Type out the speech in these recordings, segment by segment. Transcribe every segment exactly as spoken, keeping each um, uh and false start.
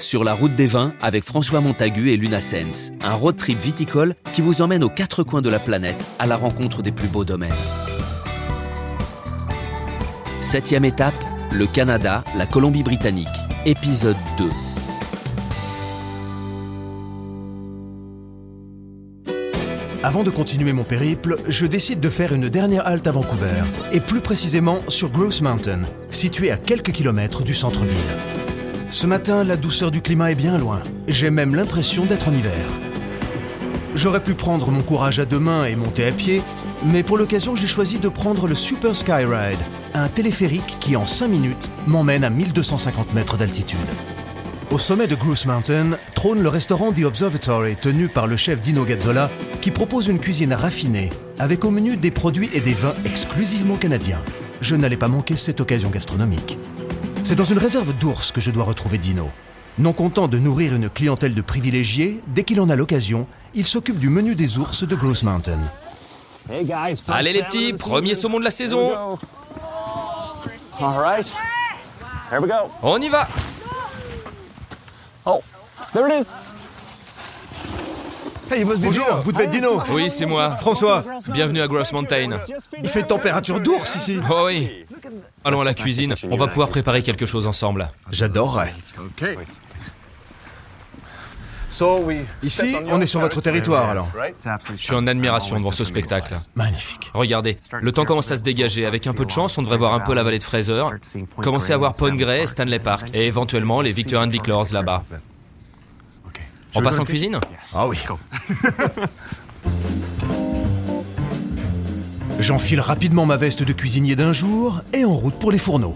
sur la route des vins avec François Montagu et Luna Sens. Un road trip viticole qui vous emmène aux quatre coins de la planète à la rencontre des plus beaux domaines. Septième étape, le Canada, la Colombie-Britannique. Épisode deux. Avant de continuer mon périple, je décide de faire une dernière halte à Vancouver, et plus précisément sur Grouse Mountain, situé à quelques kilomètres du centre-ville. Ce matin, la douceur du climat est bien loin. J'ai même l'impression d'être en hiver. J'aurais pu prendre mon courage à deux mains et monter à pied, mais pour l'occasion, j'ai choisi de prendre le Super Skyride, un téléphérique qui, en cinq minutes, m'emmène à mille deux cent cinquante mètres d'altitude. Au sommet de Grouse Mountain trône le restaurant The Observatory, tenu par le chef Dino Gazzola, qui propose une cuisine raffinée, avec au menu des produits et des vins exclusivement canadiens. Je n'allais pas manquer cette occasion gastronomique. C'est dans une réserve d'ours que je dois retrouver Dino. Non content de nourrir une clientèle de privilégiés, dès qu'il en a l'occasion, il s'occupe du menu des ours de Grouse Mountain. Hey guys, Allez les petits, premier saumon de la saison. All right. Here we go. On y va. Oh, there it is. Hey, bonjour, vous devez être Dino. Oui, c'est moi. François. Bienvenue à Grouse Mountain. Il fait température d'ours ici. Oh oui. Allons à la cuisine, on va pouvoir préparer quelque chose ensemble. J'adorerais. Ici, on est sur votre territoire alors. Je suis en admiration devant ce spectacle. Magnifique. Regardez, le temps commence à se dégager. Avec un peu de chance, on devrait voir un peu la vallée de Fraser, commencer à voir Pond Grey et Stanley Park, et éventuellement les Victorian Viclors là-bas. On passe en cuisine ? Ah oui. J'enfile rapidement ma veste de cuisinier d'un jour et en route pour les fourneaux.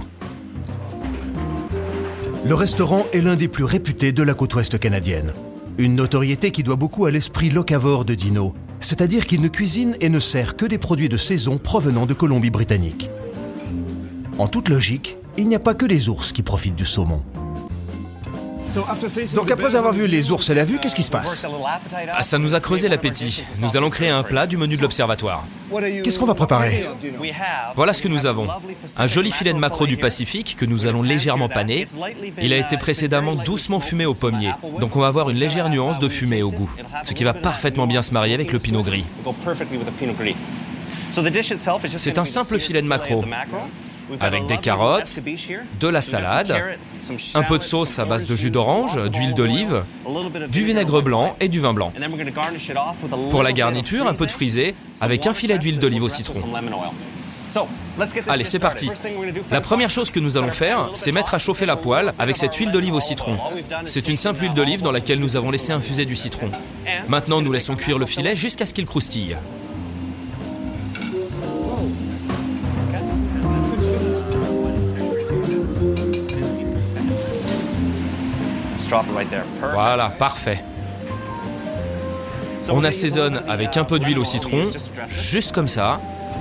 Le restaurant est l'un des plus réputés de la côte ouest canadienne. Une notoriété qui doit beaucoup à l'esprit locavore de Dino, c'est-à-dire qu'il ne cuisine et ne sert que des produits de saison provenant de Colombie-Britannique. En toute logique, il n'y a pas que les ours qui profitent du saumon. Donc après avoir vu les ours à la vue, qu'est-ce qui se passe ? Ah, ça nous a creusé l'appétit. Nous allons créer un plat du menu de l'observatoire. Qu'est-ce qu'on va préparer ? Voilà ce que nous avons. Un joli filet de maquereau du Pacifique que nous allons légèrement paner. Il a été précédemment doucement fumé au pommier, donc on va avoir une légère nuance de fumée au goût, ce qui va parfaitement bien se marier avec le pinot gris. C'est un simple filet de maquereau, avec des carottes, de la salade, un peu de sauce à base de jus d'orange, d'huile d'olive, du vinaigre blanc et du vin blanc. Pour la garniture, un peu de frisé avec un filet d'huile d'olive au citron. Allez, c'est parti. La première chose que nous allons faire, c'est mettre à chauffer la poêle avec cette huile d'olive au citron. C'est une simple huile d'olive dans laquelle nous avons laissé infuser du citron. Maintenant, nous laissons cuire le filet jusqu'à ce qu'il croustille. Voilà, parfait. On assaisonne avec un peu d'huile au citron, juste comme ça.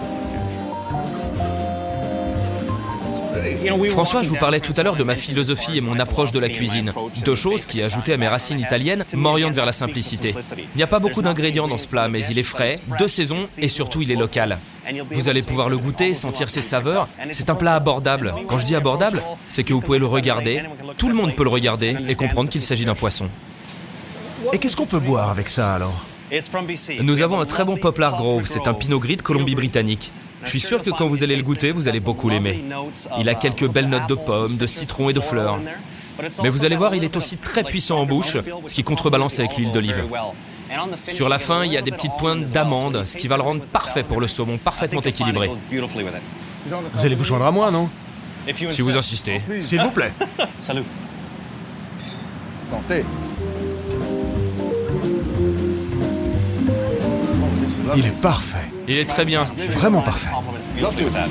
François, je vous parlais tout à l'heure de ma philosophie et mon approche de la cuisine. Deux choses qui, ajoutées à mes racines italiennes, m'orientent vers la simplicité. Il n'y a pas beaucoup d'ingrédients dans ce plat, mais il est frais, de saison et surtout il est local. Vous allez pouvoir le goûter, sentir ses saveurs. C'est un plat abordable. Quand je dis abordable, c'est que vous pouvez le regarder, tout le monde peut le regarder et comprendre qu'il s'agit d'un poisson. Et qu'est-ce qu'on peut boire avec ça alors ? Nous avons un très bon Poplar Grove, c'est un pinot gris de Colombie-Britannique. Je suis sûr que quand vous allez le goûter, vous allez beaucoup l'aimer. Il a quelques belles notes de pommes, de citron et de fleurs. Mais vous allez voir, il est aussi très puissant en bouche, ce qui contrebalance avec l'huile d'olive. Sur la fin, il y a des petites pointes d'amandes, ce qui va le rendre parfait pour le saumon, parfaitement équilibré. Vous allez vous joindre à moi, non ? Si vous insistez. S'il vous plaît. Salut. Santé. Il est parfait. Il est très bien. Vraiment parfait. Ok,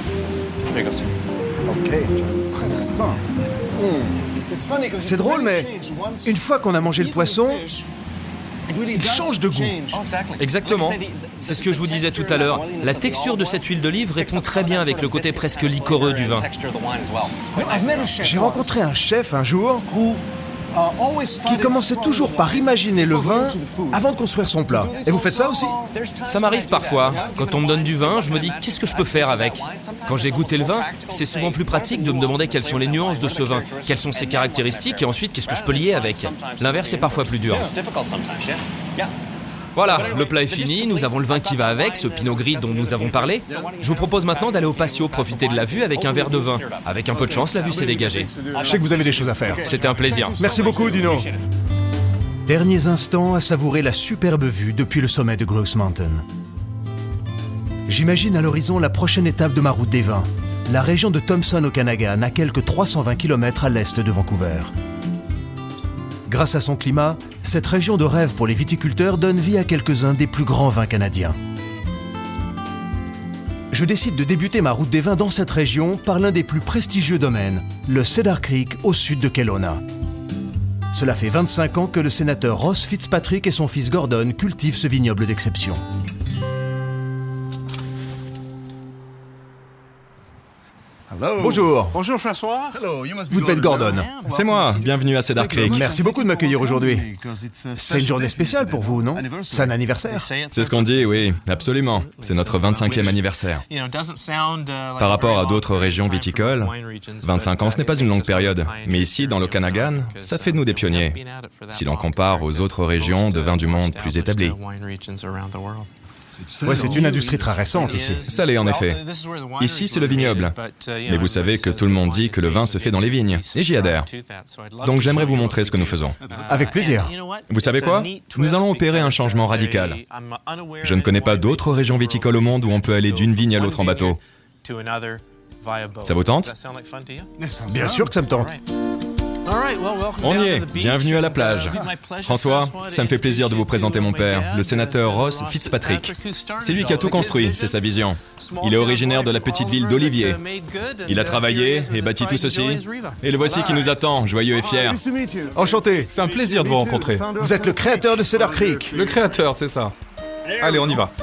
très très fin. C'est drôle, mais une fois qu'on a mangé le poisson, il change de goût. Exactement. C'est ce que je vous disais tout à l'heure. La texture de cette huile d'olive répond très bien avec le côté presque liquoreux du vin. J'ai rencontré un chef un jour qui commençait toujours par imaginer le vin avant de construire son plat. Et vous faites ça aussi? Ça m'arrive parfois. Quand on me donne du vin, je me dis qu'est-ce que je peux faire avec? Quand j'ai goûté le vin, c'est souvent plus pratique de me demander quelles sont les nuances de ce vin, quelles sont ses caractéristiques et ensuite qu'est-ce que je peux lier avec. L'inverse est parfois plus dur. Voilà, le plat est fini, nous avons le vin qui va avec, ce pinot gris dont nous avons parlé. Je vous propose maintenant d'aller au patio profiter de la vue avec un verre de vin. Avec un peu de chance, la vue s'est dégagée. Je sais que vous avez des choses à faire. C'était un plaisir. Merci beaucoup, Dino. Derniers instants à savourer la superbe vue depuis le sommet de Grouse Mountain. J'imagine à l'horizon la prochaine étape de ma route des vins, la région de Thompson Okanagan, à quelques trois cent vingt kilomètres à l'est de Vancouver. Grâce à son climat, cette région de rêve pour les viticulteurs donne vie à quelques-uns des plus grands vins canadiens. Je décide de débuter ma route des vins dans cette région par l'un des plus prestigieux domaines, le Cedar Creek au sud de Kelowna. Cela fait vingt-cinq ans que le sénateur Ross Fitzpatrick et son fils Gordon cultivent ce vignoble d'exception. Bonjour. Bonjour François. Vous devez être Gordon. C'est moi, bienvenue à Cedar Creek. Merci beaucoup de m'accueillir aujourd'hui. C'est une journée spéciale pour vous, non? C'est un anniversaire. C'est ce qu'on dit, oui, absolument. C'est notre vingt-cinquième anniversaire. Par rapport à d'autres régions viticoles, vingt-cinq ans, ce n'est pas une longue période. Mais ici, dans l'Okanagan, ça fait de nous des pionniers. Si l'on compare aux autres régions de vin du monde plus établies. Ouais, c'est une industrie très récente ici. Ça l'est en effet. Ici, c'est le vignoble. Mais vous savez que tout le monde dit que le vin se fait dans les vignes. Et j'y adhère. Donc j'aimerais vous montrer ce que nous faisons. Avec plaisir. Vous savez quoi? Nous allons opérer un changement radical. Je ne connais pas d'autres régions viticoles au monde où on peut aller d'une vigne à l'autre en bateau. Ça vous tente? Bien sûr que ça me tente. On y est, bienvenue à la plage. François, ça me fait plaisir de vous présenter mon père, le sénateur Ross Fitzpatrick. C'est lui qui a tout construit, c'est sa vision. Il est originaire de la petite ville d'Olivier. Il a travaillé et bâti tout ceci. Et le voici qui nous attend, joyeux et fier. Enchanté. C'est un plaisir de vous rencontrer. Vous êtes le créateur de Cedar Creek. Le créateur, c'est ça. Allez, on y va.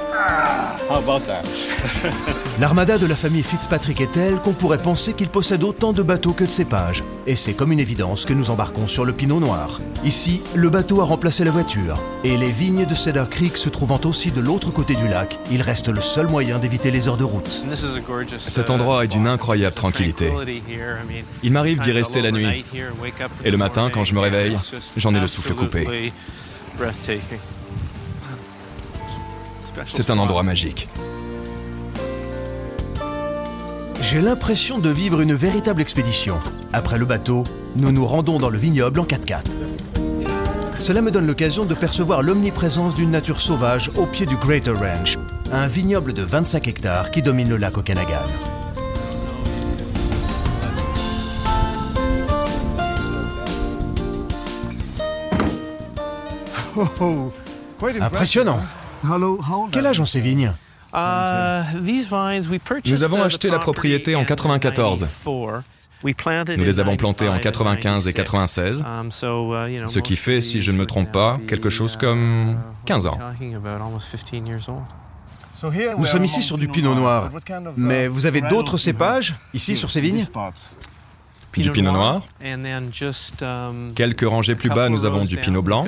L'armada de la famille Fitzpatrick est telle qu'on pourrait penser qu'il possède autant de bateaux que de cépages. Et c'est comme une évidence que nous embarquons sur le Pinot Noir. Ici, le bateau a remplacé la voiture. Et les vignes de Cedar Creek se trouvant aussi de l'autre côté du lac, il reste le seul moyen d'éviter les heures de route. Cet endroit est d'une incroyable tranquillité. Il m'arrive d'y rester la nuit. Et le matin, quand je me réveille, j'en ai le souffle coupé. C'est un endroit magique. J'ai l'impression de vivre une véritable expédition. Après le bateau, nous nous rendons dans le vignoble en quatre-quatre. Cela me donne l'occasion de percevoir l'omniprésence d'une nature sauvage au pied du Greater Ranch, un vignoble de vingt-cinq hectares qui domine le lac Okanagan. Impressionnant. Quel âge ont ces vignes? Nous avons acheté la propriété en quatre-vingt-quatorze. Nous les avons plantées en quatre-vingt-quinze et quatre-vingt-seize, ce qui fait, si je ne me trompe pas, quelque chose comme quinze ans. Nous sommes ici sur du Pinot Noir, mais vous avez d'autres cépages ici sur ces vignes? Du Pinot Noir. Quelques rangées plus bas, nous avons du Pinot Blanc.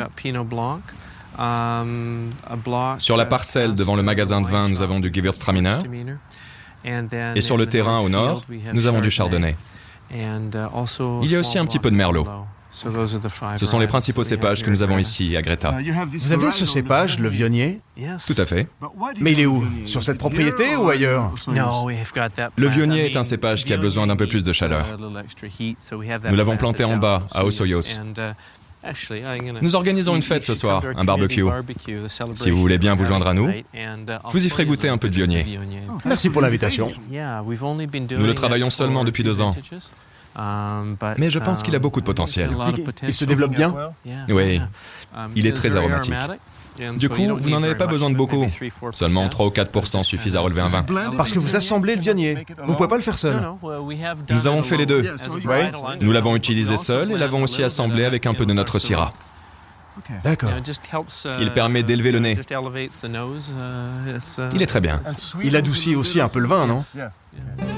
Sur la parcelle devant le magasin de vin, nous avons du Gewürztraminer. Et sur le terrain au nord, nous avons du Chardonnay. Il y a aussi un petit peu de Merlot. Ce sont les principaux cépages que nous avons ici à Greta. Vous avez ce cépage, le Vionnier? Tout à fait. Mais il est où? Sur cette propriété ou ailleurs? Le Vionnier est un cépage qui a besoin d'un peu plus de chaleur. Nous l'avons planté en bas, à Osoyoos. Nous organisons une fête ce soir, un barbecue. Si vous voulez bien vous joindre à nous, je vous y ferai goûter un peu de Vionnier. Merci pour l'invitation. Nous le travaillons seulement depuis deux ans. Mais je pense qu'il a beaucoup de potentiel. Il se développe bien? Oui, il est très aromatique. Du coup, vous n'en avez pas besoin de beaucoup. Seulement trois ou quatre pour cent suffisent à relever un vin. Parce que vous assemblez le Vionnier. Vous ne pouvez pas le faire seul. Nous avons fait les deux. Ouais. Nous l'avons utilisé seul et l'avons aussi assemblé avec un peu de notre Syrah. D'accord. Il permet d'élever le nez. Il est très bien. Il adoucit aussi un peu le vin, non?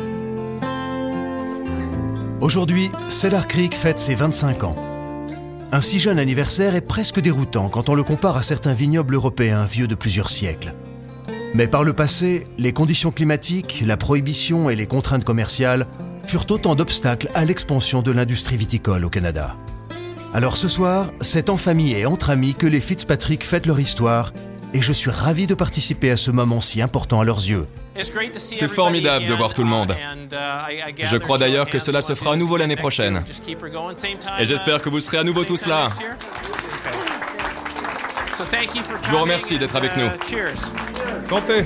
Aujourd'hui, Cedar Creek fête ses vingt-cinq ans. Un si jeune anniversaire est presque déroutant quand on le compare à certains vignobles européens vieux de plusieurs siècles. Mais par le passé, les conditions climatiques, la prohibition et les contraintes commerciales furent autant d'obstacles à l'expansion de l'industrie viticole au Canada. Alors ce soir, c'est en famille et entre amis que les Fitzpatrick fêtent leur histoire et je suis ravi de participer à ce moment si important à leurs yeux. C'est formidable de voir tout le monde. Je crois d'ailleurs que cela se fera à nouveau l'année prochaine. Et j'espère que vous serez à nouveau tous là. Je vous remercie d'être avec nous. Santé!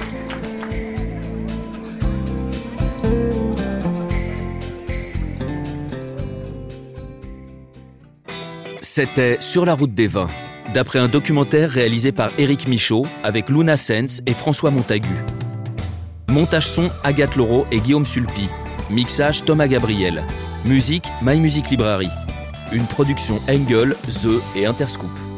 C'était Sur la route des vins, d'après un documentaire réalisé par Éric Michaud avec Luna Sens et François Montagu. Montage son, Agathe Laureau et Guillaume Sulpi. Mixage, Thomas Gabriel. Musique, My Music Library. Une production Engel, The et Interscoop.